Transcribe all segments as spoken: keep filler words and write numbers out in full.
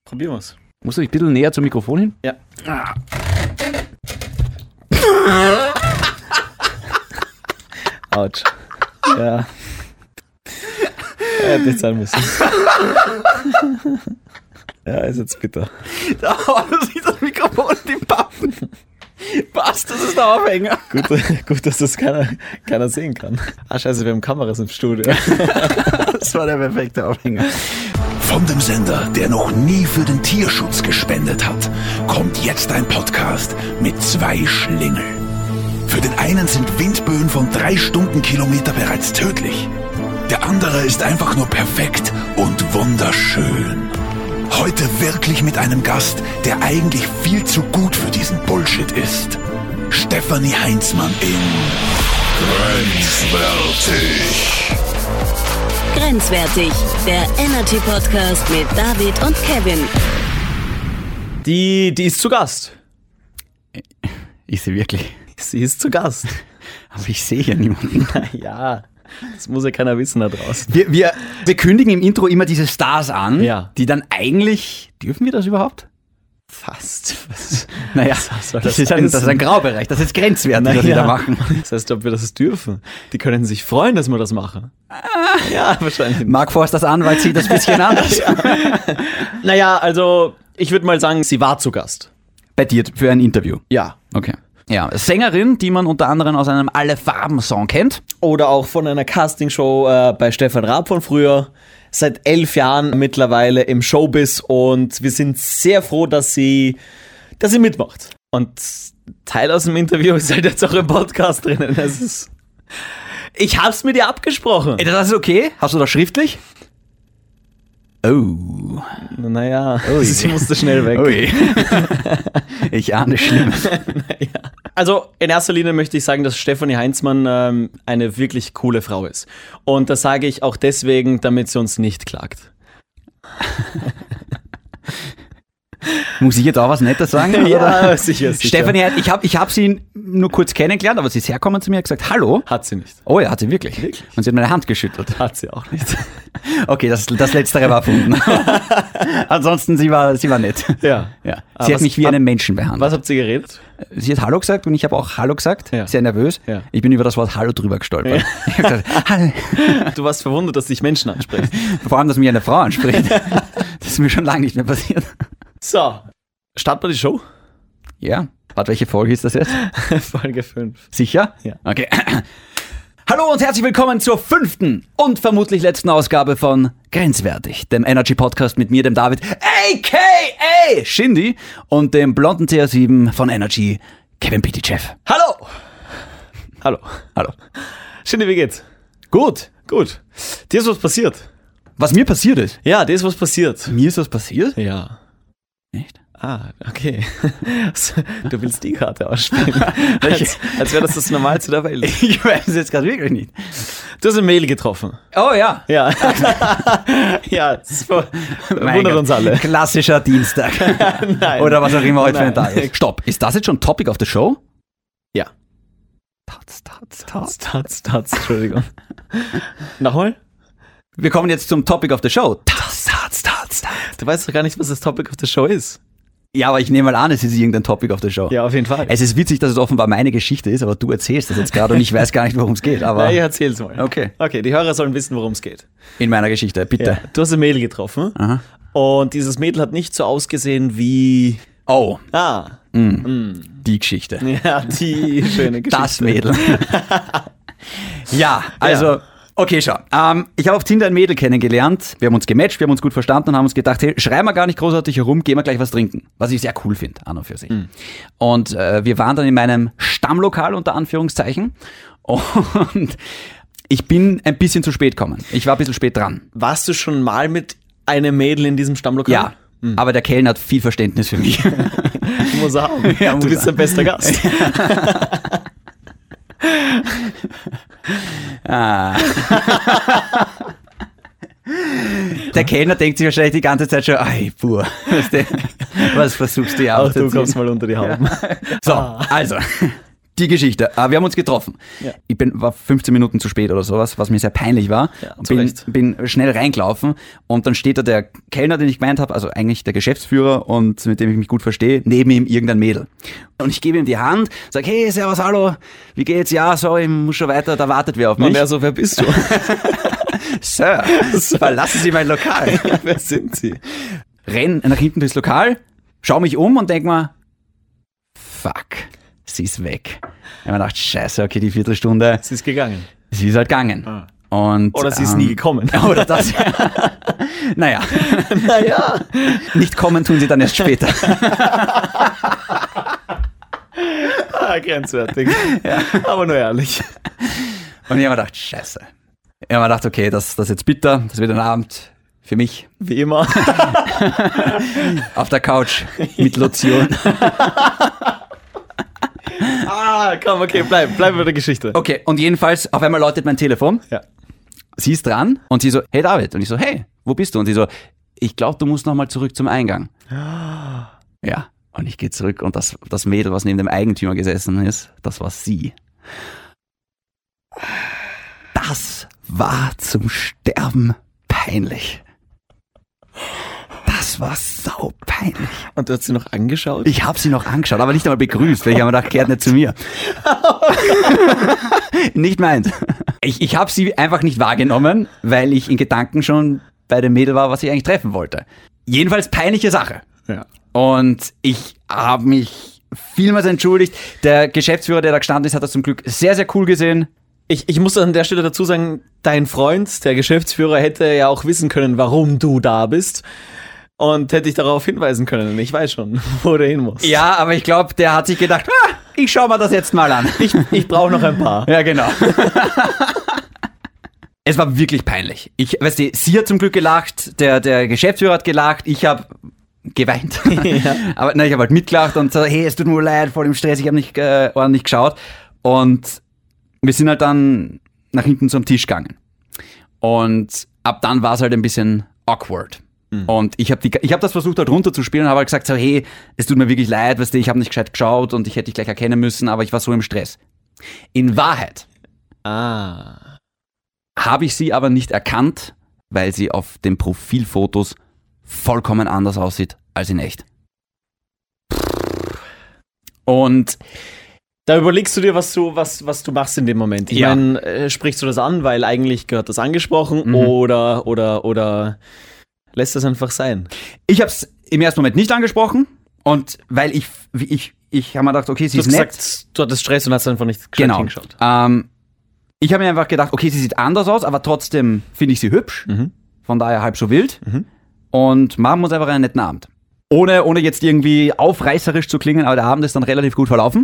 Probieren wir's. Musst du dich ein bisschen näher zum Mikrofon hin? Ja. Ah. Autsch. Ja. Hätte nicht sein müssen. Ja, ist jetzt bitter. Da haut er sich das Mikrofon in die Pappen. Passt, das ist der Aufhänger. Gut, gut, dass das keiner, keiner sehen kann. Ah, scheiße, wir haben Kameras im Studio. Das war der perfekte Aufhänger. Von dem Sender, der noch nie für den Tierschutz gespendet hat, kommt jetzt ein Podcast mit zwei Schlingeln. Für den einen sind Windböen von drei Stundenkilometer bereits tödlich. Der andere ist einfach nur perfekt und wunderschön. Heute wirklich mit einem Gast, der eigentlich viel zu gut für diesen Bullshit ist. Stefanie Heinzmann in Grenzwertig. Grenzwertig, der Energy-Podcast mit David und Kevin. Die, die ist zu Gast. Ist sie wirklich? Sie ist zu Gast. Aber ich sehe ja niemanden. Ja, das muss ja keiner wissen da draußen. Wir, wir, wir kündigen im Intro immer diese Stars an, Ja. die dann eigentlich... Dürfen wir das überhaupt? Fast. Was, Naja, was soll das, das ist ein, das ist heißen? ein Graubereich, das ist grenzwertig, was wir da machen. Das heißt, ob wir das dürfen. Die können sich freuen, dass wir das machen. Ja, wahrscheinlich. Mark Forsters Anwalt sieht das ein bisschen anders. Naja, also ich würde mal sagen, sie war zu Gast. Bei dir für ein Interview. Ja. Okay. Ja, Sängerin, die man unter anderem aus einem Alle-Farben-Song kennt. Oder auch von einer Castingshow äh, bei Stefan Raab von früher. Seit elf Jahren mittlerweile im Showbiz und wir sind sehr froh, dass sie, dass sie mitmacht. Und Teil aus dem Interview ist halt jetzt auch im Podcast drinnen. Das ist, ich hab's mit ihr abgesprochen. Ey, das ist okay? Hast du das schriftlich? Oh. Naja, Ui. sie musste schnell weg. Ui. Ich ahne Schlimmes. Naja. Also in erster Linie möchte ich sagen, dass Stefanie Heinzmann ähm, eine wirklich coole Frau ist. Und das sage ich auch deswegen, damit sie uns nicht klagt. Muss ich jetzt auch was Nettes sagen? Ja, oder? sicher, sicher. Stefanie, ich habe ich hab sie nur kurz kennengelernt, aber sie ist hergekommen zu mir und gesagt, hallo. Hat sie nicht. Oh ja, hat sie wirklich. Wirklich? Und sie hat meine Hand geschüttelt. Hat sie auch nicht. Okay, das, das Letztere war erfunden. Ansonsten, sie war, sie war nett. Ja. Ja. Aber Sie hat was- mich wie ab- einen Menschen behandelt. Was habt ihr geredet? Sie hat Hallo gesagt und ich habe auch Hallo gesagt, Ja. sehr nervös. Ja. Ich bin über das Wort Hallo drüber gestolpert. Ich hab gesagt, Hallo. Du warst verwundert, dass dich Menschen ansprechen. Vor allem, dass mich eine Frau anspricht. Das ist mir schon lange nicht mehr passiert. So, starten wir die Show. Ja, warte, welche Folge ist das jetzt? Folge fünf. Sicher? Ja. Okay. Hallo und herzlich willkommen zur fünften und vermutlich letzten Ausgabe von Grenzwertig, dem Energy-Podcast mit mir, dem David, a k a. Shindy und dem blonden T R sieben von Energy, Kevin Pitychev. Hallo! Hallo. Hallo. Shindy, wie geht's? Gut. Gut. Dir ist was passiert. Was mir passiert ist? Ja, dir ist was passiert. Mir ist was passiert? Ja. Echt? Ah, okay. Du willst die Karte ausspielen. Als, als wäre das das Normalste der Welt. Ich weiß es jetzt gerade wirklich nicht. Du hast ein Mail getroffen. Oh ja. Ja. Ja, das ver- Mein wundert Gott. uns alle. Klassischer Dienstag. Nein. Oder was auch immer heute für ein Nein. Tag ist. Stopp, ist das jetzt schon Topic of the Show? Ja. Tats, tats, tats. Tats, tats, Entschuldigung. Nochmal? Wir kommen jetzt zum Topic of the Show. Tats, tats, tats, tats. Du weißt doch gar nicht, was das Topic of the Show ist. Ja, aber ich nehme mal an, es ist irgendein Topic of the Show. Ja, auf jeden Fall. Es ist witzig, dass es offenbar meine Geschichte ist, aber du erzählst das jetzt gerade und ich weiß gar nicht, worum es geht. Aber Na, ich erzähl's mal. Okay. Okay, die Hörer sollen wissen, worum es geht. in meiner Geschichte, bitte. Ja, du hast ein Mädel getroffen. Aha. Und dieses Mädel hat nicht so ausgesehen wie... Oh, Ah, die Geschichte. ja, die schöne Geschichte. Das Mädel. Ja, also, Ja. okay, schau. Ähm, ich habe auf Tinder ein Mädel kennengelernt. Wir haben uns gematcht, wir haben uns gut verstanden und haben uns gedacht, hey, schreiben wir gar nicht großartig herum, gehen wir gleich was trinken. Was ich sehr cool finde, an und für sich. Und äh, wir waren dann in meinem Stammlokal, unter Anführungszeichen. Und ich bin ein bisschen zu spät gekommen. Ich war ein bisschen spät dran. Warst du schon mal mit einem Mädel in diesem Stammlokal? Ja, aber der Kellner hat viel Verständnis für mich. Muss er haben. Ja, muss du bist er. ein bester Gast. Ah. Der Kellner denkt sich wahrscheinlich die ganze Zeit schon, ei, pur, weißt du, was versuchst du ja Auch du kommst mal unter die Haube. So, also, Die Geschichte. Wir haben uns getroffen. Ja. Ich bin, war fünfzehn Minuten zu spät oder sowas, was mir sehr peinlich war. Ja, und zu bin, Recht. bin schnell reingelaufen und dann steht da der Kellner, den ich gemeint habe, also eigentlich der Geschäftsführer und mit dem ich mich gut verstehe, neben ihm irgendein Mädel. Und ich gebe ihm die Hand, sage, hey, servus, hallo, wie geht's? Ja, sorry, ich muss schon weiter, da wartet wer auf mich. Und er so, wer bist du? Sir, verlassen Sie mein Lokal. Wer sind Sie? Renn nach hinten durchs Lokal, schau mich um und denk mir, fuck, sie ist weg. Ich habe mir gedacht, scheiße, okay, die Viertelstunde, Sie ist gegangen. sie ist halt gegangen. Ah. Und, Oder sie ist ähm, nie gekommen. Oder das. Naja, Naja. nicht kommen tun sie dann erst später. Ah, grenzwertig. Ja. Aber nur ehrlich. Und ich habe mir gedacht, scheiße. Ich habe mir gedacht, okay, das, das ist jetzt bitter, das wird ein Abend für mich Wie immer. auf der Couch mit Lotion. Ah, komm, okay, bleib, bleib bei der Geschichte. Okay, und jedenfalls, auf einmal läutet mein Telefon. Ja. Sie ist dran und sie so, hey David. Und ich so, hey, wo bist du? Und sie so, ich glaube, du musst nochmal zurück zum Eingang. Ja, und ich gehe zurück und das, das Mädel, was neben dem Eigentümer gesessen ist, das war sie. Das war zum Sterben peinlich. Das war sau peinlich. Und du hast sie noch angeschaut? Ich habe sie noch angeschaut, aber nicht einmal begrüßt, weil ich habe mir gedacht, kehrt nicht zu mir. Nicht meins. Ich, ich habe sie einfach nicht wahrgenommen, weil ich in Gedanken schon bei dem Mädel war, was ich eigentlich treffen wollte. Jedenfalls peinliche Sache. Ja. Und ich habe mich vielmals entschuldigt. Der Geschäftsführer, der da gestanden ist, hat das zum Glück sehr, sehr cool gesehen. Ich, ich muss an der Stelle dazu sagen, dein Freund, der Geschäftsführer, hätte ja auch wissen können, warum du da bist. Und hätte ich darauf hinweisen können. Ich weiß schon, wo der hin muss. Ja, aber ich glaube, der hat sich gedacht, ah, ich schau mir das jetzt mal an. Ich, ich brauche noch ein paar. Ja, genau. Es war wirklich peinlich. Ich, weißt du, sie hat zum Glück gelacht, der, der Geschäftsführer hat gelacht, ich habe geweint. Ja. Aber nein, ich habe halt mitgelacht und so, hey, es tut mir leid, voll im Stress, ich habe nicht äh, ordentlich geschaut. Und wir sind halt dann nach hinten zum Tisch gegangen. Und ab dann war es halt ein bisschen awkward. Mhm. Und ich habe hab das versucht halt runterzuspielen und habe halt gesagt, so, hey, es tut mir wirklich leid, weißt du, ich habe nicht gescheit geschaut und ich hätte dich gleich erkennen müssen, aber ich war so im Stress. In Wahrheit Ah. habe ich sie aber nicht erkannt, weil sie auf den Profilfotos vollkommen anders aussieht als in echt. Und Da überlegst du dir, was du, was, was du machst in dem Moment. Ich Ja. meine, äh, sprichst du das an, weil eigentlich gehört das angesprochen Mhm. oder, oder, oder lässt das einfach sein? ich habe es im ersten Moment nicht angesprochen und weil ich, wie ich, ich habe mir gedacht, okay, sie Du ist hast nett. gesagt, du hattest Stress und hast einfach nicht gescheit Genau. hingeschaut. Ähm, ich habe mir einfach gedacht, okay, sie sieht anders aus, aber trotzdem finde ich sie hübsch. Mhm. Von daher halb so wild. Mhm. Und machen wir uns einfach einen netten Abend. Ohne, ohne jetzt irgendwie aufreißerisch zu klingen, aber der Abend ist dann relativ gut verlaufen.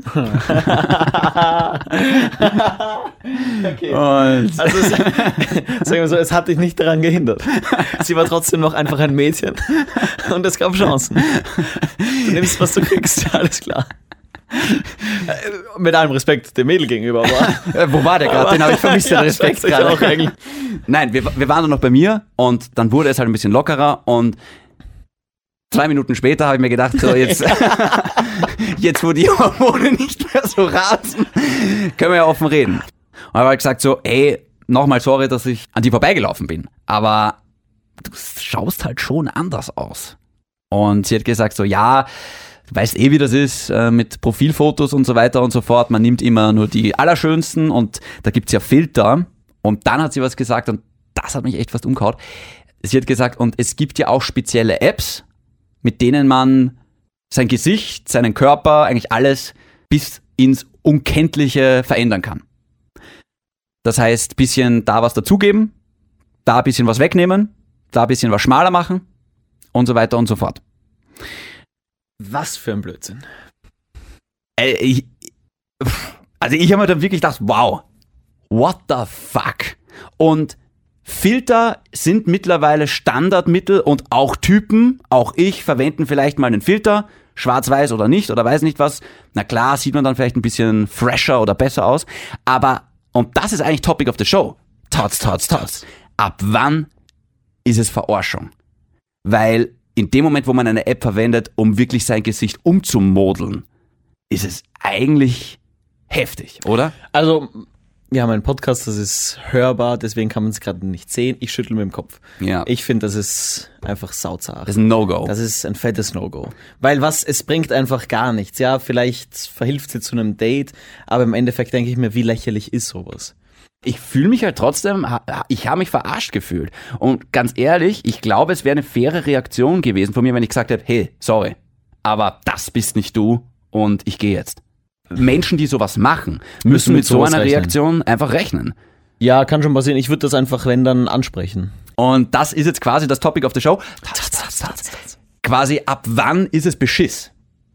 Okay. Und Also, es, sagen wir so, es hat dich nicht daran gehindert. Sie war trotzdem noch einfach ein Mädchen. Und es gab Chancen. Du nimmst, was du kriegst, alles klar. Äh, Mit allem Respekt dem Mädel gegenüber, aber. äh, wo war der gerade? Den habe ich vermisst, den Ja, Respekt weiß ich gerade. auch eigentlich. Nein, wir, wir waren dann noch bei mir und dann wurde es halt ein bisschen lockerer und zwei Minuten später habe ich mir gedacht, so jetzt, jetzt wo die Hormone nicht mehr so rasen, können wir ja offen reden. Und habe halt gesagt so, ey, nochmal sorry, dass ich an die vorbeigelaufen bin, aber du schaust halt schon anders aus. Und sie hat gesagt so, ja, du weißt eh, wie das ist äh, mit Profilfotos und so weiter und so fort. Man nimmt immer nur die allerschönsten und da gibt's ja Filter. Und dann hat sie was gesagt und das hat mich echt fast umgehauen. Sie hat gesagt, und es gibt ja auch spezielle Apps, mit denen man sein Gesicht, seinen Körper, eigentlich alles bis ins Unkenntliche verändern kann. Das heißt, bisschen da was dazugeben, da ein bisschen was wegnehmen, da ein bisschen was schmaler machen und so weiter und so fort. Was für ein Blödsinn. Äh, ich, also ich habe mir dann wirklich gedacht, wow, what the fuck? Und Filter sind mittlerweile Standardmittel und auch Typen, auch ich, verwenden vielleicht mal einen Filter, schwarz-weiß oder nicht oder weiß nicht was. Na klar, sieht man dann vielleicht ein bisschen fresher oder besser aus, aber, und das ist eigentlich Topic of the Show, Tots, Tots, Tots. Ab wann ist es Verarschung? Weil in dem Moment, wo man eine App verwendet, um wirklich sein Gesicht umzumodeln, ist es eigentlich heftig, oder? Also, wir haben einen Podcast, das ist hörbar, deswegen kann man es gerade nicht sehen. Ich schüttel mit dem Kopf. Ja. Ich finde, das ist einfach sauzart. Das ist ein No-Go. Das ist ein fettes No-Go. Weil was, es bringt einfach gar nichts. Ja, vielleicht verhilft sie zu einem Date, aber im Endeffekt denke ich mir, wie lächerlich ist sowas? Ich fühle mich halt trotzdem, ich habe mich verarscht gefühlt. Und ganz ehrlich, ich glaube, es wäre eine faire Reaktion gewesen von mir, wenn ich gesagt hätte, hey, sorry, aber das bist nicht du und ich gehe jetzt. Menschen, die sowas machen, müssen, müssen mit, mit so einer rechnen. Reaktion einfach rechnen. Ja, kann schon passieren. Ich würde das einfach, wenn, dann ansprechen. Und das ist jetzt quasi das Topic of the Show. Tats, tats, tats, tats. Quasi, ab wann ist es Beschiss?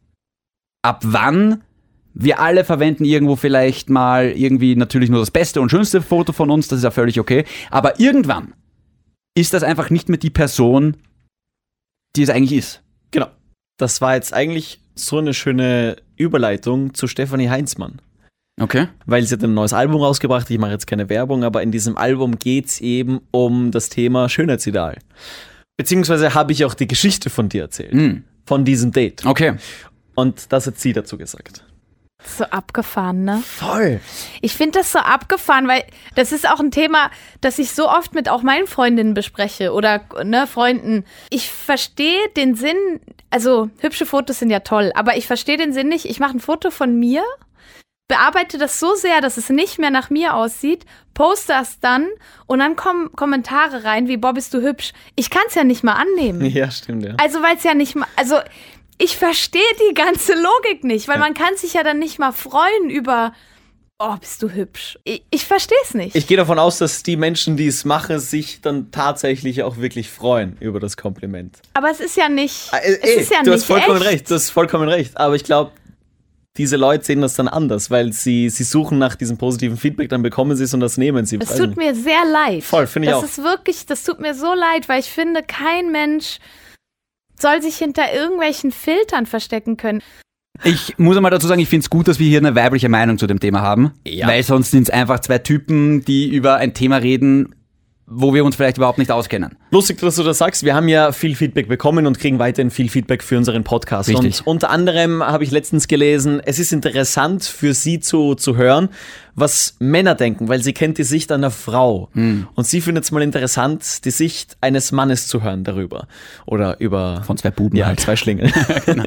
Ab wann, wir alle verwenden irgendwo vielleicht mal irgendwie natürlich nur das beste und schönste Foto von uns, das ist ja völlig okay, aber irgendwann ist das einfach nicht mehr die Person, die es eigentlich ist. Genau. Das war jetzt eigentlich so eine schöne Überleitung zu Stefanie Heinzmann. Okay. Weil sie hat ein neues Album rausgebracht, ich mache jetzt keine Werbung, aber in diesem Album geht es eben um das Thema Schönheitsideal. Beziehungsweise habe ich auch die Geschichte von dir erzählt. Mm. Von diesem Date. Okay. Und das hat sie dazu gesagt. So abgefahren, ne? Voll. Ich finde das so abgefahren, weil das ist auch ein Thema, das ich so oft mit auch meinen Freundinnen bespreche oder ne, Freunden. Ich verstehe den Sinn, also hübsche Fotos sind ja toll, aber ich verstehe den Sinn nicht. Ich mache ein Foto von mir, bearbeite das so sehr, dass es nicht mehr nach mir aussieht, poste das dann und dann kommen Kommentare rein wie, boah, bist du hübsch. Ich kann es ja nicht mal annehmen. Ja, stimmt, ja. Also weil es ja nicht mal, also ich verstehe die ganze Logik nicht, weil ja. man kann sich ja dann nicht mal freuen über, oh, bist du hübsch. Ich, ich verstehe es nicht. Ich gehe davon aus, dass die Menschen, die es machen, sich dann tatsächlich auch wirklich freuen über das Kompliment. Aber es ist ja nicht, ah, äh, es ey, ist ja du nicht hast vollkommen echt. recht, du hast vollkommen recht. Aber ich glaube, diese Leute sehen das dann anders, weil sie, sie suchen nach diesem positiven Feedback, dann bekommen sie es und das nehmen sie. Es tut mir sehr leid. Voll, finde ich das auch. Das ist wirklich, das tut mir so leid, weil ich finde, kein Mensch soll sich hinter irgendwelchen Filtern verstecken können. Ich muss einmal dazu sagen, ich finde es gut, dass wir hier eine weibliche Meinung zu dem Thema haben. Ja. Weil sonst sind es einfach zwei Typen, die über ein Thema reden, wo wir uns vielleicht überhaupt nicht auskennen. Lustig, dass du das sagst. Wir haben ja viel Feedback bekommen und kriegen weiterhin viel Feedback für unseren Podcast. Richtig. Und unter anderem habe ich letztens gelesen, es ist interessant für sie zu, zu hören, was Männer denken, weil sie kennt die Sicht einer Frau. Mhm. Und sie findet es mal interessant, die Sicht eines Mannes zu hören darüber. Oder über... Von zwei Buben ja, halt. zwei Schlingel. Genau.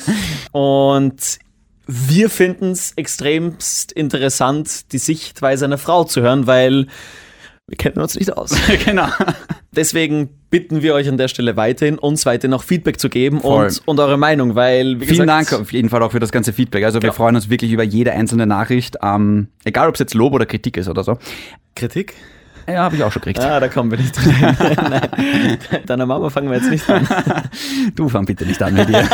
Und wir finden es extremst interessant, die Sichtweise einer Frau zu hören, weil... wir kennen uns nicht aus. Genau. Deswegen bitten wir euch an der Stelle weiterhin, uns weiterhin auch Feedback zu geben und, und eure Meinung, weil, wie Vielen gesagt, Dank auf jeden Fall auch für das ganze Feedback. Also genau. wir freuen uns wirklich über jede einzelne Nachricht, ähm, egal ob es jetzt Lob oder Kritik ist oder so. Kritik? Ja, habe ich auch schon gekriegt. Ah, da kommen wir nicht dran. Nein, deiner Mama fangen wir jetzt nicht an. Du fang bitte nicht an mit dir.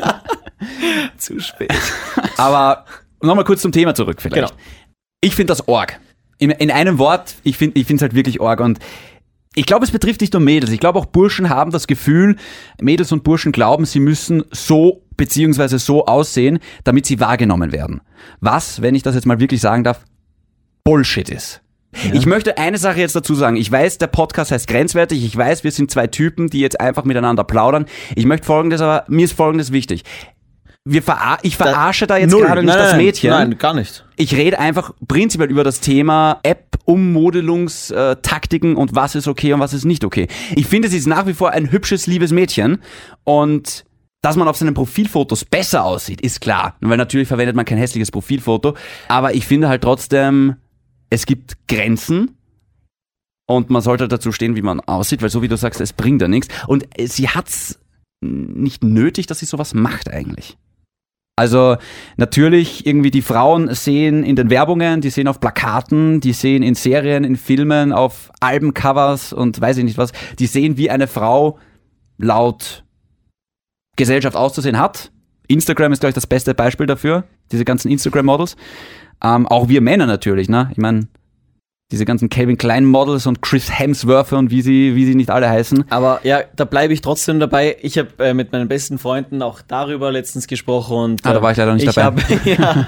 Zu spät. Aber nochmal kurz zum Thema zurück vielleicht. Genau. Ich finde das arg. In, in einem Wort, ich finde ich finde es halt wirklich arg und ich glaube, es betrifft nicht nur Mädels. Ich glaube auch Burschen haben das Gefühl, Mädels und Burschen glauben, sie müssen so beziehungsweise so aussehen, damit sie wahrgenommen werden. Was, wenn ich das jetzt mal wirklich sagen darf, Bullshit ist. Ja. Ich möchte eine Sache jetzt dazu sagen. Ich weiß, der Podcast heißt Grenzwertig. Ich weiß, wir sind zwei Typen, die jetzt einfach miteinander plaudern. Ich möchte Folgendes, aber mir ist Folgendes wichtig. Wir verar- ich verarsche da, da jetzt null. gerade nicht nein, das Mädchen. Nein, gar nicht. Ich rede einfach prinzipiell über das Thema App-Ummodelungstaktiken und was ist okay und was ist nicht okay. Ich finde, sie ist nach wie vor ein hübsches, liebes Mädchen und dass man auf seinen Profilfotos besser aussieht, ist klar. Weil natürlich verwendet man kein hässliches Profilfoto, aber ich finde halt trotzdem, es gibt Grenzen und man sollte dazu stehen, wie man aussieht, weil so wie du sagst, es bringt ja nichts. Und sie hat's nicht nötig, dass sie sowas macht eigentlich. Also natürlich irgendwie die Frauen sehen in den Werbungen, die sehen auf Plakaten, die sehen in Serien, in Filmen, auf Albencovers und weiß ich nicht was, die sehen, wie eine Frau laut Gesellschaft auszusehen hat. Instagram ist, glaube ich, das beste Beispiel dafür, diese ganzen Instagram-Models. Ähm, auch wir Männer natürlich, ne? Ich meine, diese ganzen Calvin Klein Models und Chris Hemsworth und wie sie, wie sie nicht alle heißen. Aber ja, da bleibe ich trotzdem dabei. Ich habe äh, mit meinen besten Freunden auch darüber letztens gesprochen. Und, äh, ah, da war ich leider nicht ich dabei. Hab, ja.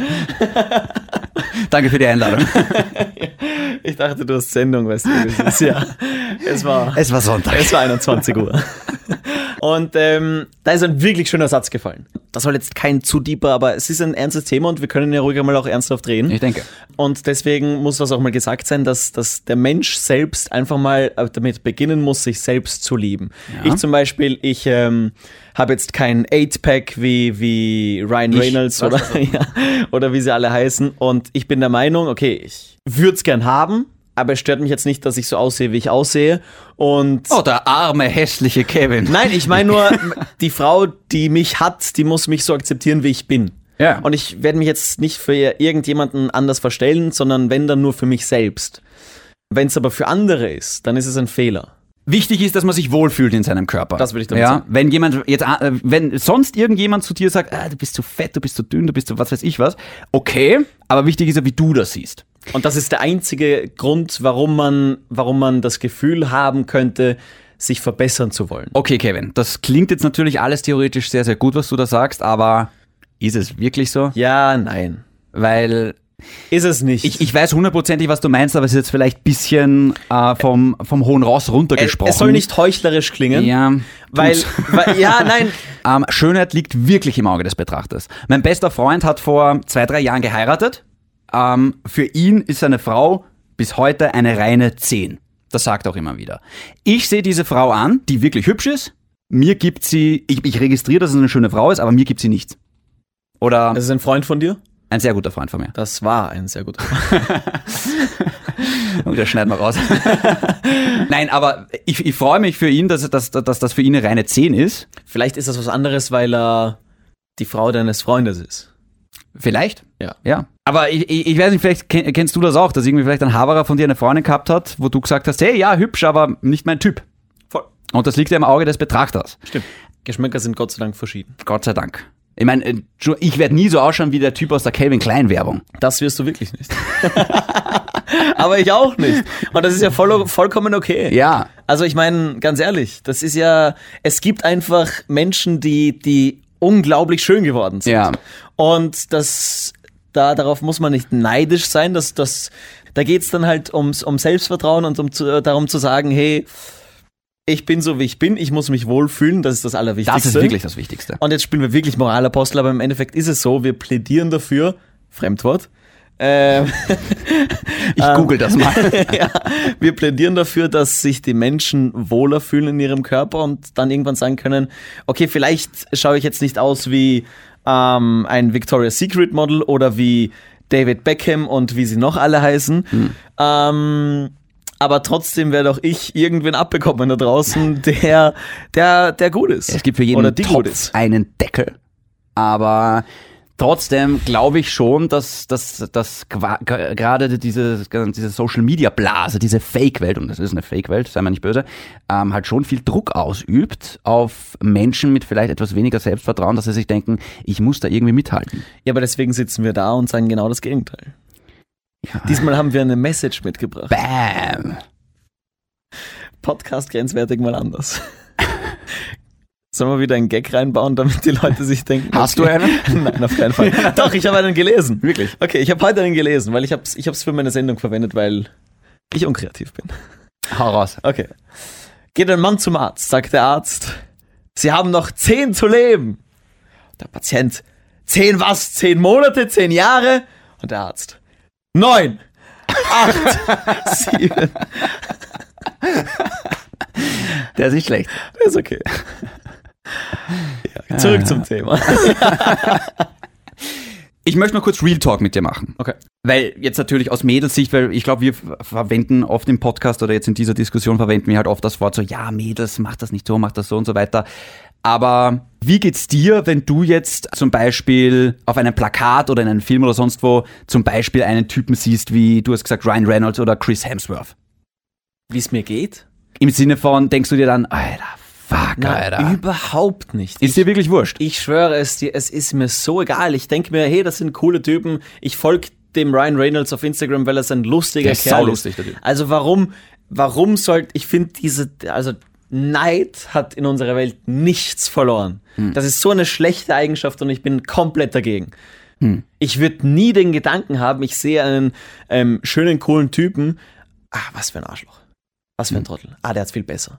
Danke für die Einladung. Ich dachte, du hast Sendung, weißt du, wie es ist. Ja, es war, es war Sonntag. Es war einundzwanzig Uhr. Und ähm, da ist ein wirklich schöner Satz gefallen. Das soll jetzt kein zu deeper, aber es ist ein ernstes Thema und wir können ja ruhig mal auch ernsthaft reden. Ich denke. Und deswegen muss das auch mal gesagt sein, dass, dass der Mensch selbst einfach mal damit beginnen muss, sich selbst zu lieben. Ja. Ich zum Beispiel, ich ähm, habe jetzt kein Eight-Pack wie, wie Ryan Ich? Reynolds Was? oder, ja, oder wie sie alle heißen. Und ich bin der Meinung, okay, ich würde es gern haben, aber es stört mich jetzt nicht, dass ich so aussehe, wie ich aussehe. Und Oh, der arme, hässliche Kevin. nein, ich meine nur, die Frau, die mich hat, die muss mich so akzeptieren, wie ich bin. Ja. Und ich werde mich jetzt nicht für irgendjemanden anders verstellen, sondern wenn, dann nur für mich selbst. Wenn es aber für andere ist, dann ist es ein Fehler. Wichtig ist, dass man sich wohlfühlt in seinem Körper. Das würde ich damit ja, sagen. Wenn jemand jetzt, äh, wenn sonst irgendjemand zu dir sagt, ah, du bist zu fett, du bist zu dünn, du bist zu was weiß ich was, okay, aber wichtig ist ja, wie du das siehst. Und das ist der einzige Grund, warum man, warum man das Gefühl haben könnte, sich verbessern zu wollen. Okay, Kevin, das klingt jetzt natürlich alles theoretisch sehr, sehr gut, was du da sagst, aber ist es wirklich so? Ja, nein. Weil Ist es nicht. ich, ich weiß hundertprozentig, was du meinst, aber es ist jetzt vielleicht ein bisschen äh, vom, vom hohen Ross runtergesprochen. es soll nicht heuchlerisch klingen, Ja, weil, tut's. weil, ja, nein, Ähm, Schönheit liegt wirklich im Auge des Betrachters. Mein bester Freund hat vor zwei, drei Jahren geheiratet. Ähm, für ihn ist seine Frau bis heute eine reine zehn. Das sagt er auch immer wieder. Ich sehe diese Frau an, die wirklich hübsch ist. Mir gibt sie, ich, ich registriere, dass es eine schöne Frau ist, aber mir gibt sie nichts. Oder das ist ein Freund von dir? ein sehr guter Freund von mir. Das war ein sehr guter. Oh, das schneiden wir raus. Nein, aber ich, ich freue mich für ihn, dass, dass, dass das für ihn eine reine zehn ist. Vielleicht ist das was anderes, weil er die Frau deines Freundes ist. Vielleicht. Ja. Ja. Aber ich, ich, ich weiß nicht, vielleicht ken- kennst du das auch, dass irgendwie vielleicht ein Haberer von dir eine Freundin gehabt hat, wo du gesagt hast, hey, ja, hübsch, aber nicht mein Typ. Voll. Und das liegt ja im Auge des Betrachters. Stimmt. Geschmäcker sind Gott sei Dank verschieden. Gott sei Dank. Ich meine, äh, ich werde nie so ausschauen wie der Typ aus der Calvin Klein Werbung. Das wirst du wirklich nicht. Aber ich auch nicht. Und das ist ja voll, vollkommen okay. Ja. Also ich meine, ganz ehrlich, das ist ja, es gibt einfach Menschen, die, die unglaublich schön geworden sind. Ja. Und das, da, darauf muss man nicht neidisch sein. Das, das, da geht's dann halt ums, um Selbstvertrauen und um zu, darum zu sagen, hey, ich bin so, wie ich bin, ich muss mich wohlfühlen, das ist das Allerwichtigste. Das ist wirklich das Wichtigste. Und jetzt spielen wir wirklich Moralapostel, aber im Endeffekt ist es so, wir plädieren dafür, Fremdwort, ähm, Ich google das mal. ja, wir plädieren dafür, dass sich die Menschen wohler fühlen in ihrem Körper und dann irgendwann sagen können, okay, vielleicht schaue ich jetzt nicht aus wie ähm, ein Victoria's Secret Model oder wie David Beckham und wie sie noch alle heißen. Hm. Ähm, aber trotzdem werde auch ich irgendwen abbekommen da draußen, der, der, der gut ist. Es gibt für jeden oder die gut Topf ist. einen Deckel. Aber trotzdem glaube ich schon, dass, dass, dass qua- g- gerade diese, diese Social-Media-Blase, diese Fake-Welt, und das ist eine Fake-Welt, sei mal nicht böse, ähm, halt schon viel Druck ausübt auf Menschen mit vielleicht etwas weniger Selbstvertrauen, dass sie sich denken, ich muss da irgendwie mithalten. Ja, aber deswegen sitzen wir da und sagen genau das Gegenteil. Ja. Diesmal haben wir eine Message mitgebracht. Bam! Podcast grenzwertig mal anders. Sollen wir wieder einen Gag reinbauen, damit die Leute sich denken... Hast okay. du einen? Nein, auf keinen Fall. Doch, ich habe einen gelesen. Wirklich? Okay, ich habe heute einen gelesen, weil ich habe es ich hab's für meine Sendung verwendet, weil ich unkreativ bin. Hau raus. Okay. Geht ein Mann zum Arzt, sagt der Arzt, Sie haben noch zehn zu leben. Der Patient, zehn was? Zehn Monate, zehn Jahre? Und der Arzt, neun, acht, sieben. Der ist nicht schlecht. Das ist okay. Ja, zurück zum Thema. Ich möchte mal kurz Real Talk mit dir machen. Okay. Weil jetzt natürlich aus Mädelssicht, weil ich glaube, wir verwenden oft im Podcast oder jetzt in dieser Diskussion verwenden wir halt oft das Wort so, ja, Mädels, mach das nicht so, mach das so und so weiter. Aber wie geht's dir, wenn du jetzt zum Beispiel auf einem Plakat oder in einem Film oder sonst wo zum Beispiel einen Typen siehst, wie du hast gesagt, Ryan Reynolds oder Chris Hemsworth? Wie es mir geht? Im Sinne von, denkst du dir dann, Alter, fuck, Na, Alter. überhaupt nicht. Ist dir wirklich wurscht? Ich schwöre es dir, es ist mir so egal. Ich denke mir, hey, das sind coole Typen. Ich folge dem Ryan Reynolds auf Instagram, weil er ein lustiger Der ist Kerl saulustig, ist. der Typ. Also warum, warum sollte, ich finde diese, also Neid hat in unserer Welt nichts verloren. Hm. Das ist so eine schlechte Eigenschaft und ich bin komplett dagegen. Hm. Ich würde nie den Gedanken haben, ich sehe einen ähm, schönen, coolen Typen. Ah, was für ein Arschloch. Was für ein Trottel. Ah, der hat's viel besser.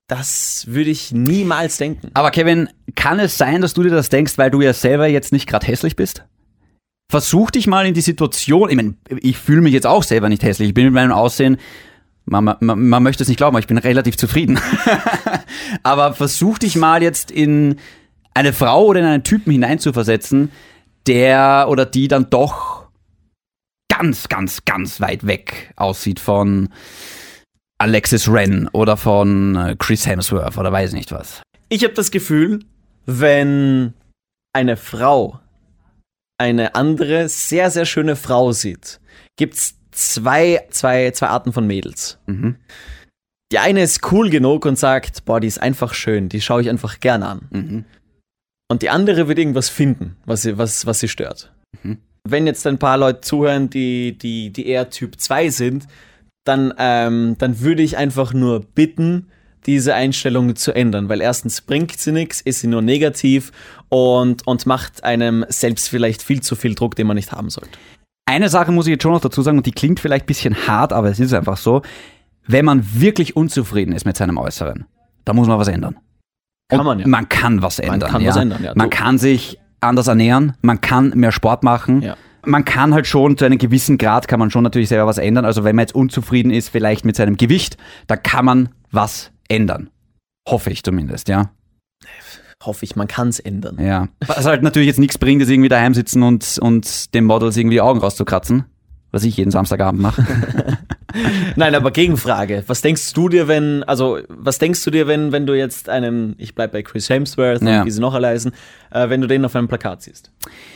Das würde ich niemals denken. Aber Kevin, kann es sein, dass du dir das denkst, weil du ja selber jetzt nicht gerade hässlich bist? Versuch dich mal in die Situation, ich meine, ich fühle mich jetzt auch selber nicht hässlich, ich bin mit meinem Aussehen, man, man, man möchte es nicht glauben, aber ich bin relativ zufrieden. Aber versuch dich mal jetzt in eine Frau oder in einen Typen hineinzuversetzen, der oder die dann doch ganz, ganz, ganz weit weg aussieht von Alexis Wren oder von Chris Hemsworth oder weiß nicht was. Ich habe das Gefühl, wenn eine Frau eine andere, sehr, sehr schöne Frau sieht, gibt's zwei, zwei, zwei Arten von Mädels. Mhm. Die eine ist cool genug und sagt, boah, die ist einfach schön, die schaue ich einfach gern an. Mhm. Und die andere wird irgendwas finden, was sie, was, was sie stört. Mhm. Wenn jetzt ein paar Leute zuhören, die, die, die eher Typ zwei sind, dann, ähm, dann würde ich einfach nur bitten, diese Einstellung zu ändern, weil erstens bringt sie nichts, ist sie nur negativ und, und macht einem selbst vielleicht viel zu viel Druck, den man nicht haben sollte. Eine Sache muss ich jetzt schon noch dazu sagen, und die klingt vielleicht ein bisschen hart, aber es ist einfach so, wenn man wirklich unzufrieden ist mit seinem Äußeren, da muss man was ändern. Kann und man ja. Man kann was ändern. Man kann ja. was ändern, ja. Man Du. kann sich anders ernähren, man kann mehr Sport machen. Ja. Man kann halt schon, zu einem gewissen Grad kann man schon natürlich selber was ändern. Also wenn man jetzt unzufrieden ist, vielleicht mit seinem Gewicht, da kann man was ändern. Hoffe ich zumindest, ja. Hoffe ich, man kann es ändern. Ja. Was halt natürlich jetzt nichts bringt, ist irgendwie daheim sitzen und, und den Models irgendwie die Augen rauszukratzen. Was ich jeden Samstagabend mache. Nein, aber Gegenfrage. Was denkst du dir, wenn, also, was denkst du dir, wenn, wenn du jetzt einen, ich bleib bei Chris Hemsworth Ja. und wie sie noch alle heißen, äh, wenn du den auf einem Plakat siehst?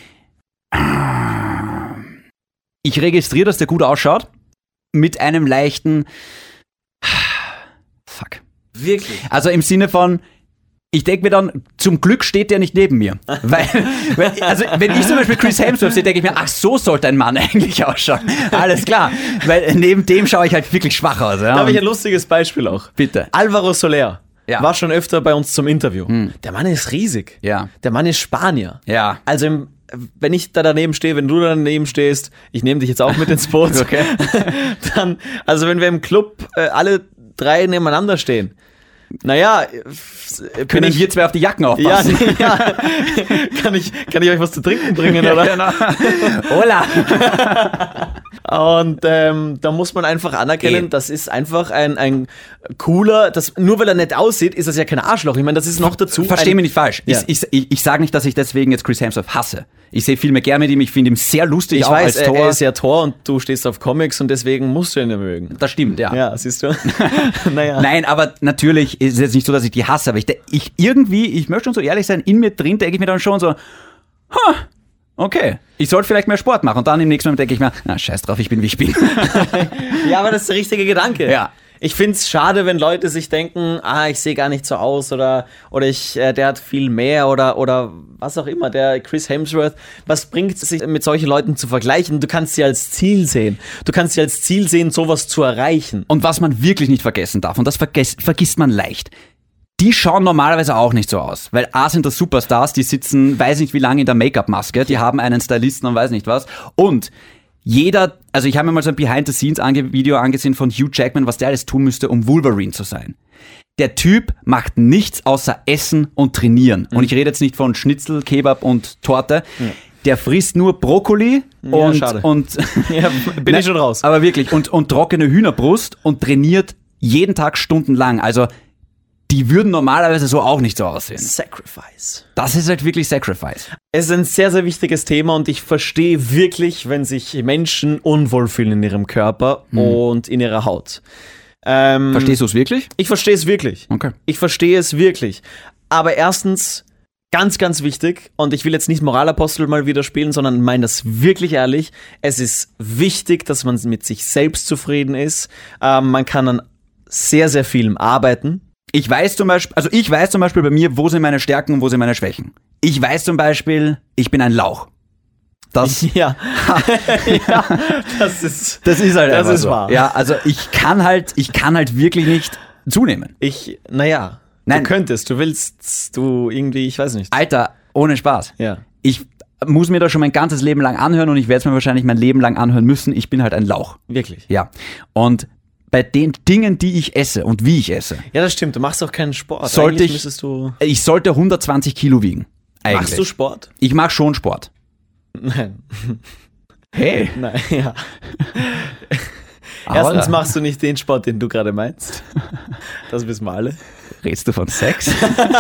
Ich registriere, dass der gut ausschaut. Mit einem leichten Fuck. Wirklich? Also im Sinne von, ich denke mir dann, zum Glück steht der nicht neben mir. Weil, weil also wenn ich zum Beispiel Chris Hemsworth sehe, denke ich mir, ach, so sollte ein Mann eigentlich ausschauen. Alles klar. Weil neben dem schaue ich halt wirklich schwach aus. Ja? Da habe ich ein lustiges Beispiel auch. Bitte. Alvaro Soler Ja. war schon öfter bei uns zum Interview. Der Mann ist riesig. Ja. Der Mann ist Spanier. Ja. Also im, wenn ich da daneben stehe, wenn du da daneben stehst, ich nehme dich jetzt auch mit ins Boot. Okay. Dann, also wenn wir im Club äh, alle drei nebeneinander stehen, naja, bin Können ich, wir zwei auf die Jacken ja, aufpassen? nee, ja. kann, ich, kann ich euch was zu trinken bringen, oder? Genau. Hola. Und ähm, da muss man einfach anerkennen, Eh. das ist einfach ein, ein cooler, das, nur weil er nett aussieht, ist das ja kein Arschloch. Ich meine, das ist noch dazu. Versteh ein, mich nicht falsch. Ja. Ich, ich, ich, ich sage nicht, dass ich deswegen jetzt Chris Hemsworth hasse. Ich sehe viel mehr gern mit ihm. Ich finde ihn sehr lustig, Ich auch weiß, als er, Tor. er ist ja Tor und du stehst auf Comics und deswegen musst du ihn ja mögen. Das stimmt, ja. Ja, siehst du? Naja. Nein, aber natürlich ist es jetzt nicht so, dass ich die hasse, aber ich, de- ich irgendwie, ich möchte schon so ehrlich sein, in mir drin denke ich mir dann schon so, ha, okay, ich sollte vielleicht mehr Sport machen. Und dann im nächsten Moment denke ich mir, na scheiß drauf, ich bin wie ich bin. Ja, aber das ist der richtige Gedanke. Ja. Ich find's schade, wenn Leute sich denken, ah, ich sehe gar nicht so aus oder, oder ich, äh, der hat viel mehr oder, oder was auch immer, der Chris Hemsworth. Was bringt es sich mit solchen Leuten zu vergleichen? Du kannst sie als Ziel sehen. Du kannst sie als Ziel sehen, sowas zu erreichen. Und was man wirklich nicht vergessen darf, und das vergess, vergisst man leicht, die schauen normalerweise auch nicht so aus. Weil A sind das Superstars, die sitzen, weiß nicht wie lange in der Make-up-Maske, die haben einen Stylisten und weiß nicht was. Und jeder, also ich habe mir mal so ein Behind-the-Scenes-Video angesehen von Hugh Jackman, was der alles tun müsste, um Wolverine zu sein. Der Typ macht nichts außer Essen und Trainieren. Mhm. Und ich rede jetzt nicht von Schnitzel, Kebab und Torte. Ja. Der frisst nur Brokkoli Ja, und, schade. und Ja, bin ich schon raus. aber wirklich, und, und trockene Hühnerbrust und trainiert jeden Tag stundenlang. Also die würden normalerweise so auch nicht so aussehen. Sacrifice. Das ist halt wirklich Sacrifice. Es ist ein sehr, sehr wichtiges Thema und ich verstehe wirklich, wenn sich Menschen unwohl fühlen in ihrem Körper und in ihrer Haut. Ähm, Verstehst du es wirklich? Ich verstehe es wirklich. Okay. Ich verstehe es wirklich. Aber erstens, ganz, ganz wichtig, und ich will jetzt nicht Moralapostel mal wieder spielen, sondern meine das wirklich ehrlich, es ist wichtig, dass man mit sich selbst zufrieden ist. Ähm, man kann an sehr, sehr vielem arbeiten. Ich weiß zum Beispiel, also ich weiß zum Beispiel bei mir, wo sind meine Stärken und wo sind meine Schwächen. Ich weiß zum Beispiel, ich bin ein Lauch. Das, Ja, ja das ist, das ist halt das einfach ist so. wahr. Ja, also ich kann halt, ich kann halt wirklich nicht zunehmen. Ich, naja, Nein. du könntest, du willst, du irgendwie, ich weiß nicht. Alter, ohne Spaß. Ja. Ich muss mir das schon mein ganzes Leben lang anhören und ich werde es mir wahrscheinlich mein Leben lang anhören müssen. Ich bin halt ein Lauch. Wirklich. Ja. Und bei den Dingen, die ich esse und wie ich esse, Ja, das stimmt. Du machst auch keinen Sport. sollte Eigentlich ich, müsstest du. ich sollte hundertzwanzig Kilo wiegen. Eigentlich. Machst du Sport? Ich mache schon Sport. Nein. Hey. Nein, ja. Aber- Erstens machst du nicht den Sport, den du gerade meinst. Das wissen wir alle. Redst du von Sex?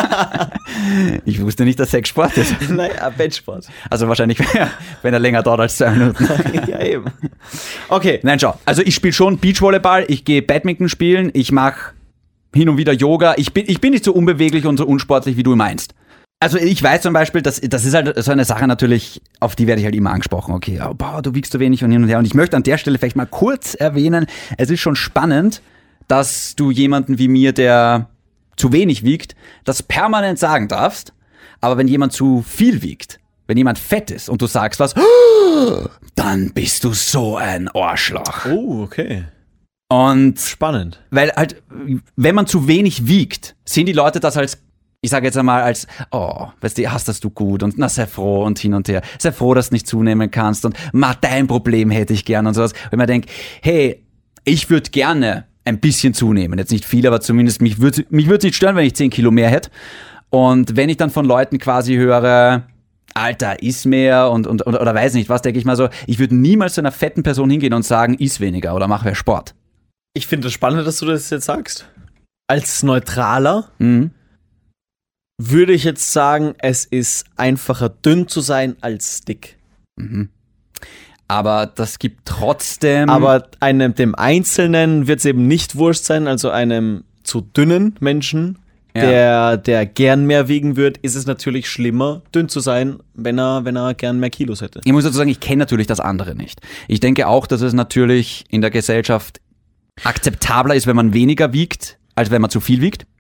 Ich wusste nicht, dass Sex Sport ist. Naja, Bettsport. Also wahrscheinlich, wenn er länger dauert als zwei Minuten. Ja, eben. Okay. Nein, schau. Also ich spiele schon Beachvolleyball, ich gehe Badminton spielen, ich mache hin und wieder Yoga. Ich bin, ich bin nicht so unbeweglich und so unsportlich, wie du meinst. Also ich weiß zum Beispiel, dass, das ist halt so eine Sache natürlich, auf die werde ich halt immer angesprochen. Okay, oh, boah, du wiegst zu wenig und hin und her. Und ich möchte an der Stelle vielleicht mal kurz erwähnen, es ist schon spannend, dass du jemanden wie mir, der zu wenig wiegt, das permanent sagen darfst. Aber wenn jemand zu viel wiegt, wenn jemand fett ist und du sagst was, dann bist du so ein Arschloch. Oh, okay. Und Spannend. weil halt, wenn man zu wenig wiegt, sehen die Leute das als, ich sage jetzt einmal als, oh, weißt du, hast das du gut und na, sei froh und hin und her. Sei froh, dass du nicht zunehmen kannst und ma, dein Problem hätte ich gern und sowas. Und man denkt, hey, ich würde gerne ein bisschen zunehmen. Jetzt nicht viel, aber zumindest mich würde mich würd's nicht stören, wenn ich zehn Kilo mehr hätte. Und wenn ich dann von Leuten quasi höre, Alter, iss mehr und, und oder, oder weiß nicht was, denke ich mal so, ich würde niemals zu einer fetten Person hingehen und sagen, iss weniger oder mach mehr Sport. Ich finde es spannend, dass du das jetzt sagst. Als Neutraler Mhm. würde ich jetzt sagen, es ist einfacher dünn zu sein als dick. Mhm. Aber das gibt trotzdem... Aber einem dem Einzelnen wird es eben nicht wurscht sein, also einem zu dünnen Menschen, Ja. der, der gern mehr wiegen wird, ist es natürlich schlimmer, dünn zu sein, wenn er, wenn er gern mehr Kilos hätte. Ich muss dazu sagen, ich kenne natürlich das andere nicht. Ich denke auch, dass es natürlich in der Gesellschaft akzeptabler ist, wenn man weniger wiegt, als wenn man zu viel wiegt.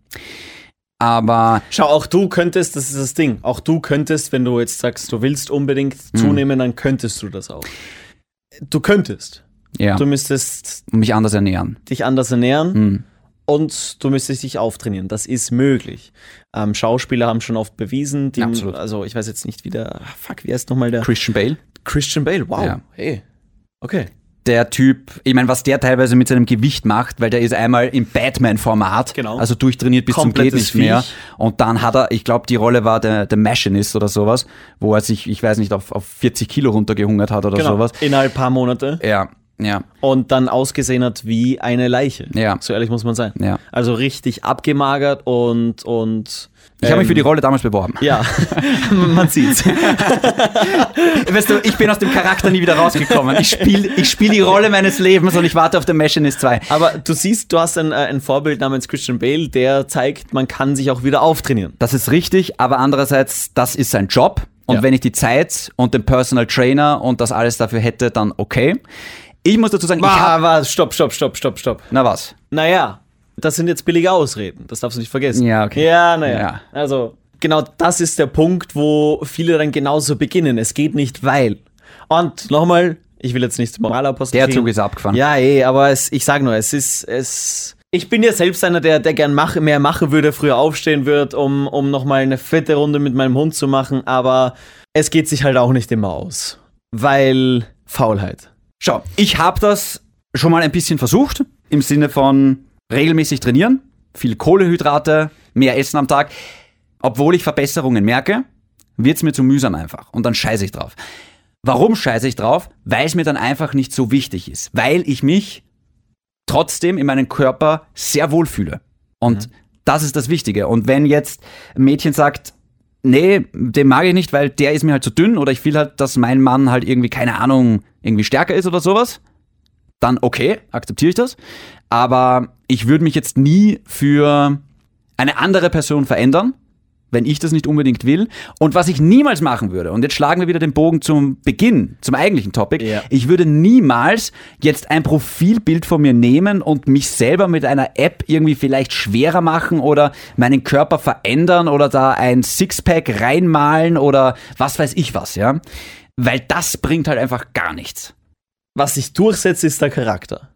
Aber Schau, auch du könntest, das ist das Ding, auch du könntest, wenn du jetzt sagst, du willst unbedingt zunehmen, dann könntest du das auch. Du könntest. ja, Du müsstest mich anders ernähren. dich anders ernähren. Mhm. Und du müsstest dich auftrainieren. Das ist möglich. Ähm, Schauspieler haben schon oft bewiesen, die, Absolut. also ich weiß jetzt nicht, wie der, fuck, wie heißt nochmal der? Christian Bale, Christian Bale, wow. Ja. Hey. Okay. der Typ, ich meine, was der teilweise mit seinem Gewicht macht, weil der ist einmal im Batman-Format, Genau. also durchtrainiert bis Komplettes zum geht nicht mehr. Viech. Und dann hat er, ich glaube, die Rolle war der, der Machinist oder sowas, wo er sich, ich weiß nicht, auf, auf vierzig Kilo runtergehungert hat oder Genau. sowas. Innerhalb paar Monate. Ja, ja, Und dann ausgesehen hat wie eine Leiche. Ja. So ehrlich muss man sein. ja. Also richtig abgemagert und, und Ich habe mich für die ähm, Rolle damals beworben. Ja, man sieht's. Weißt du, ich bin aus dem Charakter nie wieder rausgekommen. Ich spiele ich spiel die Rolle meines Lebens und ich warte auf The Machinist zwei. Aber du siehst, du hast ein, äh, ein Vorbild namens Christian Bale, der zeigt, man kann sich auch wieder auftrainieren. Das ist richtig, aber andererseits, das ist sein Job. Und Ja. wenn ich die Zeit und den Personal Trainer und das alles dafür hätte, dann okay. Ich muss dazu sagen, ich hab, Ah, was? Stopp, stopp, stopp, stopp, stopp. na was? Naja, das sind jetzt billige Ausreden. Das darfst du nicht vergessen. Ja, okay. Ja, naja. Ja. Also, genau das ist der Punkt, wo viele dann genauso beginnen. Es geht nicht, weil. Und nochmal, ich will jetzt nicht Moralapostel. Der Zug ist abgefahren. Ja, eh, aber es, ich sag nur, es ist, es. Ich bin ja selbst einer, der, der gern mach, mehr machen würde, früher aufstehen wird, um, um nochmal eine fette Runde mit meinem Hund zu machen, aber es geht sich halt auch nicht immer aus. Weil Faulheit. Schau, ich habe das schon mal ein bisschen versucht, im Sinne von regelmäßig trainieren, viel Kohlenhydrate, mehr Essen am Tag. Obwohl ich Verbesserungen merke, wird es mir zu mühsam einfach und dann scheiße ich drauf. Warum scheiße ich drauf? Weil es mir dann einfach nicht so wichtig ist. Weil ich mich trotzdem in meinem Körper sehr wohl fühle. Und mhm. das ist das Wichtige. Und wenn jetzt ein Mädchen sagt, nee, den mag ich nicht, weil der ist mir halt zu dünn oder ich will halt, dass mein Mann halt irgendwie, keine Ahnung, irgendwie stärker ist oder sowas, dann okay, akzeptiere ich das. Aber ich würde mich jetzt nie für eine andere Person verändern, wenn ich das nicht unbedingt will. Und was ich niemals machen würde, und jetzt schlagen wir wieder den Bogen zum Beginn, zum eigentlichen Topic, Ja. ich würde niemals jetzt ein Profilbild von mir nehmen und mich selber mit einer App irgendwie vielleicht schwerer machen oder meinen Körper verändern oder da ein Sixpack reinmalen oder was weiß ich was, ja. Weil das bringt halt einfach gar nichts. Was sich durchsetzt, ist der Charakter.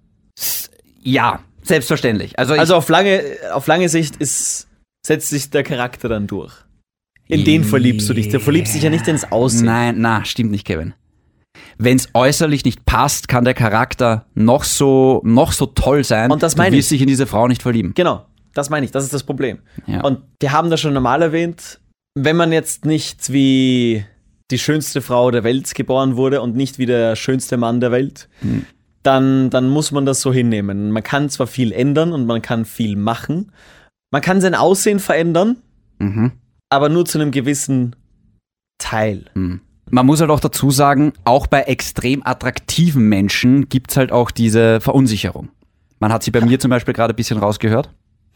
Ja, selbstverständlich. Also, ich, Also auf lange, auf lange Sicht ist, setzt sich der Charakter dann durch. In den verliebst du dich. Du verliebst dich ja nicht ins Aussehen. Nein, na, stimmt nicht, Kevin. wenn es äußerlich nicht passt, kann der Charakter noch so, noch so toll sein. Und das du meine wirst ich. dich in diese Frau nicht verlieben. Genau, das meine ich, das ist das Problem. Ja. Und wir haben das schon normal erwähnt, wenn man jetzt nicht wie die schönste Frau der Welt geboren wurde und nicht wie der schönste Mann der Welt, Hm. dann, dann muss man das so hinnehmen. Man kann zwar viel ändern und man kann viel machen, man kann sein Aussehen verändern, Mhm. aber nur zu einem gewissen Teil. Mhm. Man muss halt auch dazu sagen, auch bei extrem attraktiven Menschen gibt es halt auch diese Verunsicherung. Man hat sie bei mir zum Beispiel gerade ein bisschen rausgehört.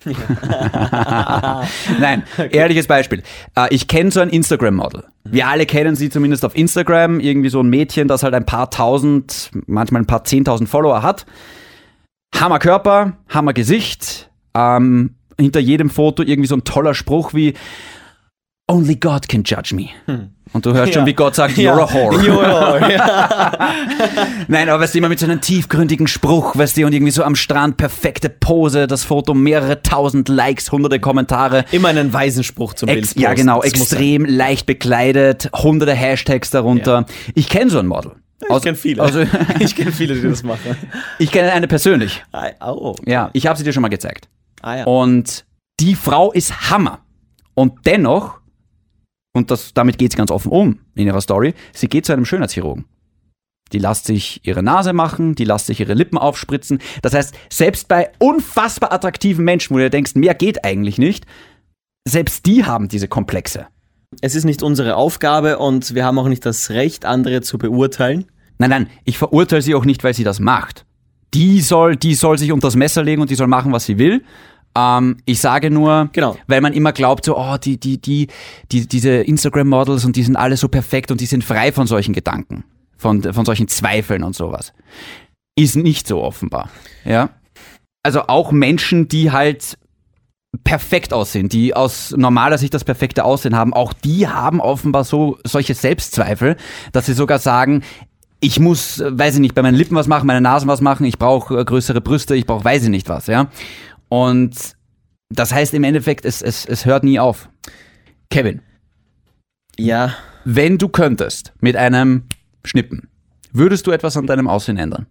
Nein, ehrliches Beispiel. Äh, Ich kenne so ein Instagram-Model. Wir alle kennen sie zumindest auf Instagram. Irgendwie so ein Mädchen, das halt ein paar tausend, manchmal ein paar zehntausend Follower hat. Hammer Körper, Hammer Gesicht. Ähm, hinter jedem Foto irgendwie so ein toller Spruch wie Only God can judge me. Und du hörst schon, Ja. wie Gott sagt, you're a whore. You're a whore, ja. Nein, aber weißt du, immer mit so einem tiefgründigen Spruch, weißt du, und irgendwie so am Strand, perfekte Pose, das Foto, mehrere tausend Likes, hunderte Kommentare. Immer einen weisen Spruch zum Ex Bild ja, posten. genau, Das muss extrem leicht bekleidet, hunderte Hashtags darunter. Ich kenne so ein Model. sein. Ich kenne viele. Also, ich kenne viele, die das machen. ich kenne eine persönlich. Ah, oh. Ja, ich habe sie dir schon mal gezeigt. Ah, ja. Und die Frau ist Hammer. Und dennoch, und das, damit geht sie ganz offen um in ihrer Story, sie geht zu einem Schönheitschirurgen. Die lässt sich ihre Nase machen, die lässt sich ihre Lippen aufspritzen. Das heißt, selbst bei unfassbar attraktiven Menschen, wo du denkst, mehr geht eigentlich nicht, selbst die haben diese Komplexe. Es ist nicht unsere Aufgabe und wir haben auch nicht das Recht, andere zu beurteilen. Nein, nein, ich verurteile sie auch nicht, weil sie das macht. Die soll, die soll sich unter das Messer legen und die soll machen, was sie will. Ähm, ich sage nur, Genau. weil man immer glaubt, so, oh, die, die, die, die, diese Instagram-Models und die sind alle so perfekt und die sind frei von solchen Gedanken, von, von solchen Zweifeln und sowas. Ist nicht so offenbar. Ja. Also auch Menschen, die halt perfekt aussehen, die aus normaler Sicht das perfekte Aussehen haben, auch die haben offenbar so solche Selbstzweifel, dass sie sogar sagen, ich muss, äh, weiß ich nicht, bei meinen Lippen was machen, meine Nase was machen, ich brauche äh, größere Brüste, ich brauche weiß ich nicht was, ja. Und das heißt im Endeffekt, es, es, es hört nie auf. Kevin, Ja, wenn du könntest mit einem Schnippen, würdest du etwas an deinem Aussehen ändern?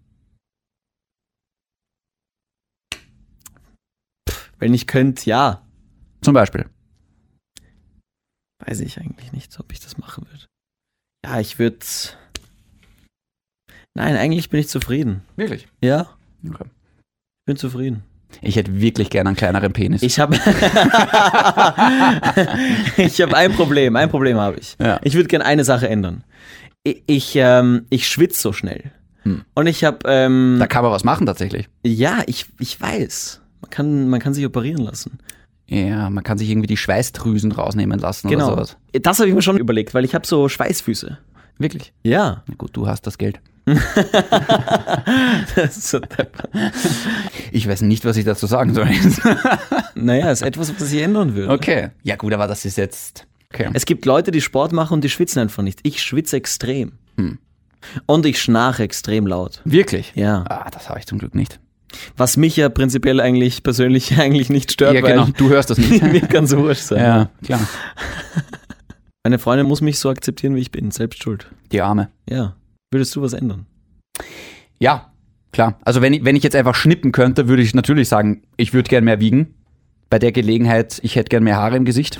wenn ich könnte, ja. Zum Beispiel. Weiß ich eigentlich nicht, ob ich das machen würde. Ja, ich würde... Nein, eigentlich bin ich zufrieden. Wirklich? Ja, Okay. ich bin zufrieden. Ich hätte wirklich gerne einen kleineren Penis. Ich habe ich habe ein Problem, ein Problem habe ich. Ja. Ich würde gerne eine Sache ändern. Ich, ich, ähm, ich schwitze so schnell. Hm. Und ich habe, ähm, Da kann man was machen tatsächlich. ja, ich, ich weiß, man kann, man kann sich operieren lassen. Ja, man kann sich irgendwie die Schweißdrüsen rausnehmen lassen oder Genau. sowas. Das habe ich mir schon überlegt, weil ich habe so Schweißfüße. Wirklich? Ja. Na gut, du hast das Geld. Das ist so deppert. Ich weiß nicht, was ich dazu sagen soll. Naja, ist etwas, was ich ändern würde. Okay. Ja gut, aber das ist jetzt... Okay. Es gibt Leute, die Sport machen und die schwitzen einfach nicht. Ich schwitze extrem. Hm. Und ich schnarche extrem laut. Wirklich? Ja. Ah, das habe ich zum Glück nicht. Was mich ja prinzipiell eigentlich persönlich eigentlich nicht stört, Ja, weil genau. Du hörst das nicht. mir kann so wurscht sein. Ja, klar. Meine Freundin muss mich so akzeptieren, wie ich bin. Selbst schuld. Die Arme. Ja. Würdest du was ändern? Ja, klar. Also wenn ich, wenn ich jetzt einfach schnippen könnte, würde ich natürlich sagen, ich würde gern mehr wiegen. Bei der Gelegenheit, ich hätte gern mehr Haare im Gesicht.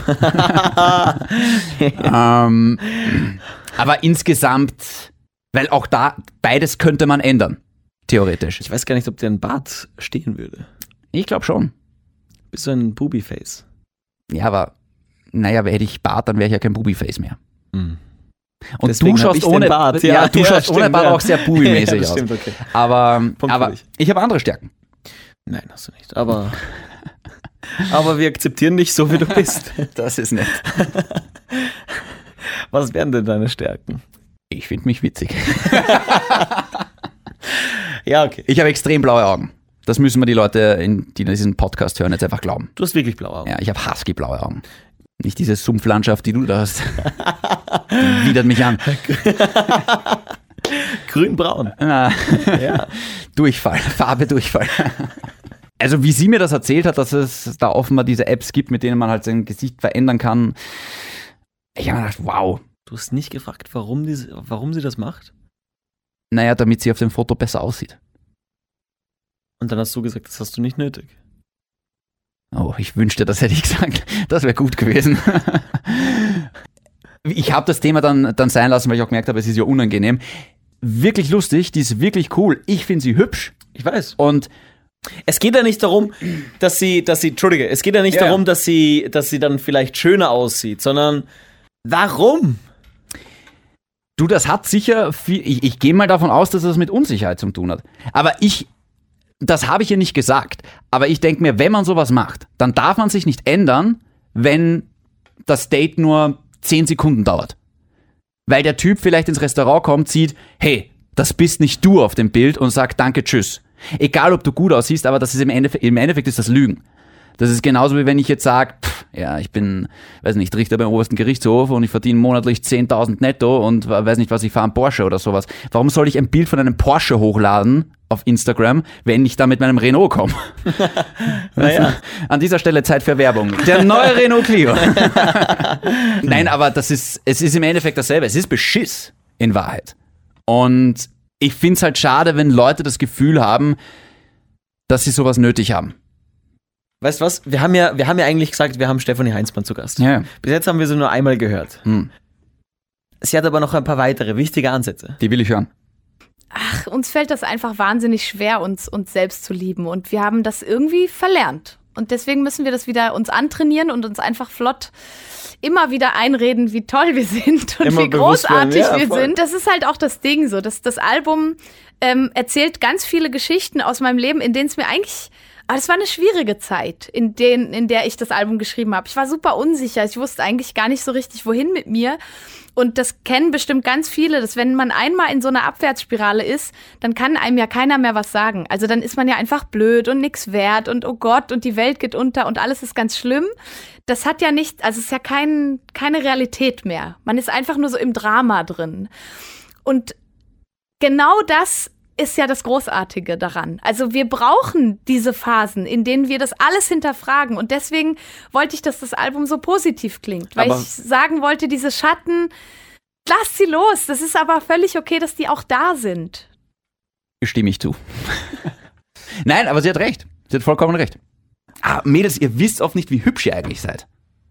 ähm, aber insgesamt, weil auch da, beides könnte man ändern. Theoretisch. Ich weiß gar nicht, ob dir ein Bart stehen würde. Ich glaube schon. Bist du ein Booby-Face? Ja, aber, naja, hätte ich Bart, dann wäre ich ja kein Booby-Face mehr. Mhm. Und Deswegen du hab schaust ich den ohne Bart. Ja, Ja, du ja, schaust ohne stimmt, Bart ja. auch sehr Ja, Booby-mäßig das aus. stimmt, okay. Aber, Punkt aber für dich. ich habe andere Stärken. Nein, hast du nicht. Aber, aber wir akzeptieren dich so, wie du bist. Das ist nett. Was wären denn deine Stärken? Ich finde mich witzig. Ja, okay. Ich habe extrem blaue Augen. Das müssen wir die Leute, in, die diesen Podcast hören, jetzt einfach glauben. Du hast wirklich blaue Augen. Ja, ich habe husky-blaue Augen. Nicht diese Sumpflandschaft, die du da hast. Die widert mich an. Grün-braun. Ah, Ja. Durchfall, Farbe Durchfall. Also wie sie mir das erzählt hat, dass es da offenbar diese Apps gibt, mit denen man halt sein Gesicht verändern kann. Ich habe mir gedacht, wow. Du hast nicht gefragt, warum, die, warum sie das macht? Naja, damit sie auf dem Foto besser aussieht. Und dann hast du gesagt, das hast du nicht nötig. Oh, ich wünschte, das hätte ich gesagt. Das wäre gut gewesen. Ich habe das Thema dann, dann sein lassen, weil ich auch gemerkt habe, es ist ja unangenehm. Wirklich lustig, die ist wirklich cool. Ich finde sie hübsch. Ich weiß. Und es geht ja nicht darum, dass sie, dass sie, Entschuldige, es geht ja nicht ja. darum, dass sie, dass sie dann vielleicht schöner aussieht, sondern warum? Du, das hat sicher viel, ich, ich gehe mal davon aus, dass das mit Unsicherheit zu tun hat. Aber ich, das habe ich ihr nicht gesagt. Aber ich denke mir, wenn man sowas macht, dann darf man sich nicht ändern, wenn das Date nur zehn Sekunden dauert. Weil der Typ vielleicht ins Restaurant kommt, sieht, hey, das bist nicht du auf dem Bild und sagt danke, tschüss. Egal, ob du gut aussiehst, aber das ist im Endeffekt, im Endeffekt ist das Lügen. Das ist genauso, wie wenn ich jetzt sage, ja, ich bin, weiß nicht, Richter beim obersten Gerichtshof und ich verdiene monatlich zehntausend netto und weiß nicht, was ich fahre, einen Porsche oder sowas. Warum soll ich ein Bild von einem Porsche hochladen auf Instagram, wenn ich da mit meinem Renault komme? Naja. An dieser Stelle Zeit für Werbung. Der neue Renault Clio. Nein, aber das ist, es ist im Endeffekt dasselbe. Es ist Beschiss in Wahrheit. Und ich finde es halt schade, wenn Leute das Gefühl haben, dass sie sowas nötig haben. Weißt du was? Wir haben ja, wir haben ja eigentlich gesagt, wir haben Stefanie Heinzmann zu Gast. Ja. Bis jetzt haben wir sie nur einmal gehört. Hm. Sie hat aber noch ein paar weitere wichtige Ansätze. Die will ich hören. Ach, uns fällt das einfach wahnsinnig schwer, uns, uns selbst zu lieben. Und wir haben das irgendwie verlernt. Und deswegen müssen wir das wieder uns antrainieren und uns einfach flott immer wieder einreden, wie toll wir sind und immer wie großartig ja, wir voll. sind. Das ist halt auch das Ding so. Das, das Album ähm, erzählt ganz viele Geschichten aus meinem Leben, in denen es mir eigentlich... Aber es war eine schwierige Zeit, in, den, in der ich das Album geschrieben habe. Ich war super unsicher. Ich wusste eigentlich gar nicht so richtig, wohin mit mir. Und das kennen bestimmt ganz viele, dass wenn man einmal in so einer Abwärtsspirale ist, dann kann einem ja keiner mehr was sagen. Also dann ist man ja einfach blöd und nix wert und oh Gott und die Welt geht unter und alles ist ganz schlimm. Das hat ja nicht, also es ist ja kein, keine Realität mehr. Man ist einfach nur so im Drama drin. Und genau das ist ja das Großartige daran. Also wir brauchen diese Phasen, in denen wir das alles hinterfragen. Und deswegen wollte ich, dass das Album so positiv klingt. Weil aber ich sagen wollte, diese Schatten, lasst sie los. Das ist aber völlig okay, dass die auch da sind. Stimme ich zu. Nein, aber sie hat recht. Sie hat vollkommen recht. Ah, Mädels, ihr wisst oft nicht, wie hübsch ihr eigentlich seid.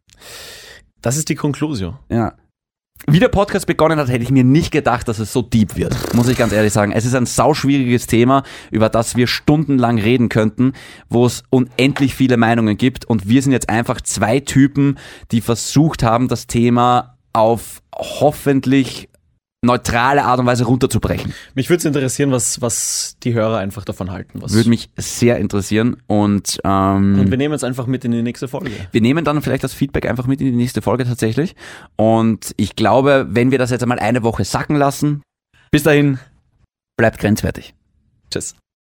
Das ist die Konklusion. Ja. Wie der Podcast begonnen hat, hätte ich mir nicht gedacht, dass es so deep wird. Muss ich ganz ehrlich sagen. Es ist ein sauschwieriges Thema, über das wir stundenlang reden könnten, wo es unendlich viele Meinungen gibt. Und wir sind jetzt einfach zwei Typen, die versucht haben, das Thema auf hoffentlich neutrale Art und Weise runterzubrechen. Mich würde es interessieren, was, was die Hörer einfach davon halten. Was Würde mich sehr interessieren. Und, ähm, und wir nehmen es einfach mit in die nächste Folge. Wir nehmen dann vielleicht das Feedback einfach mit in die nächste Folge tatsächlich. Und ich glaube, wenn wir das jetzt einmal eine Woche sacken lassen, bis dahin, bleibt grenzwertig. Tschüss.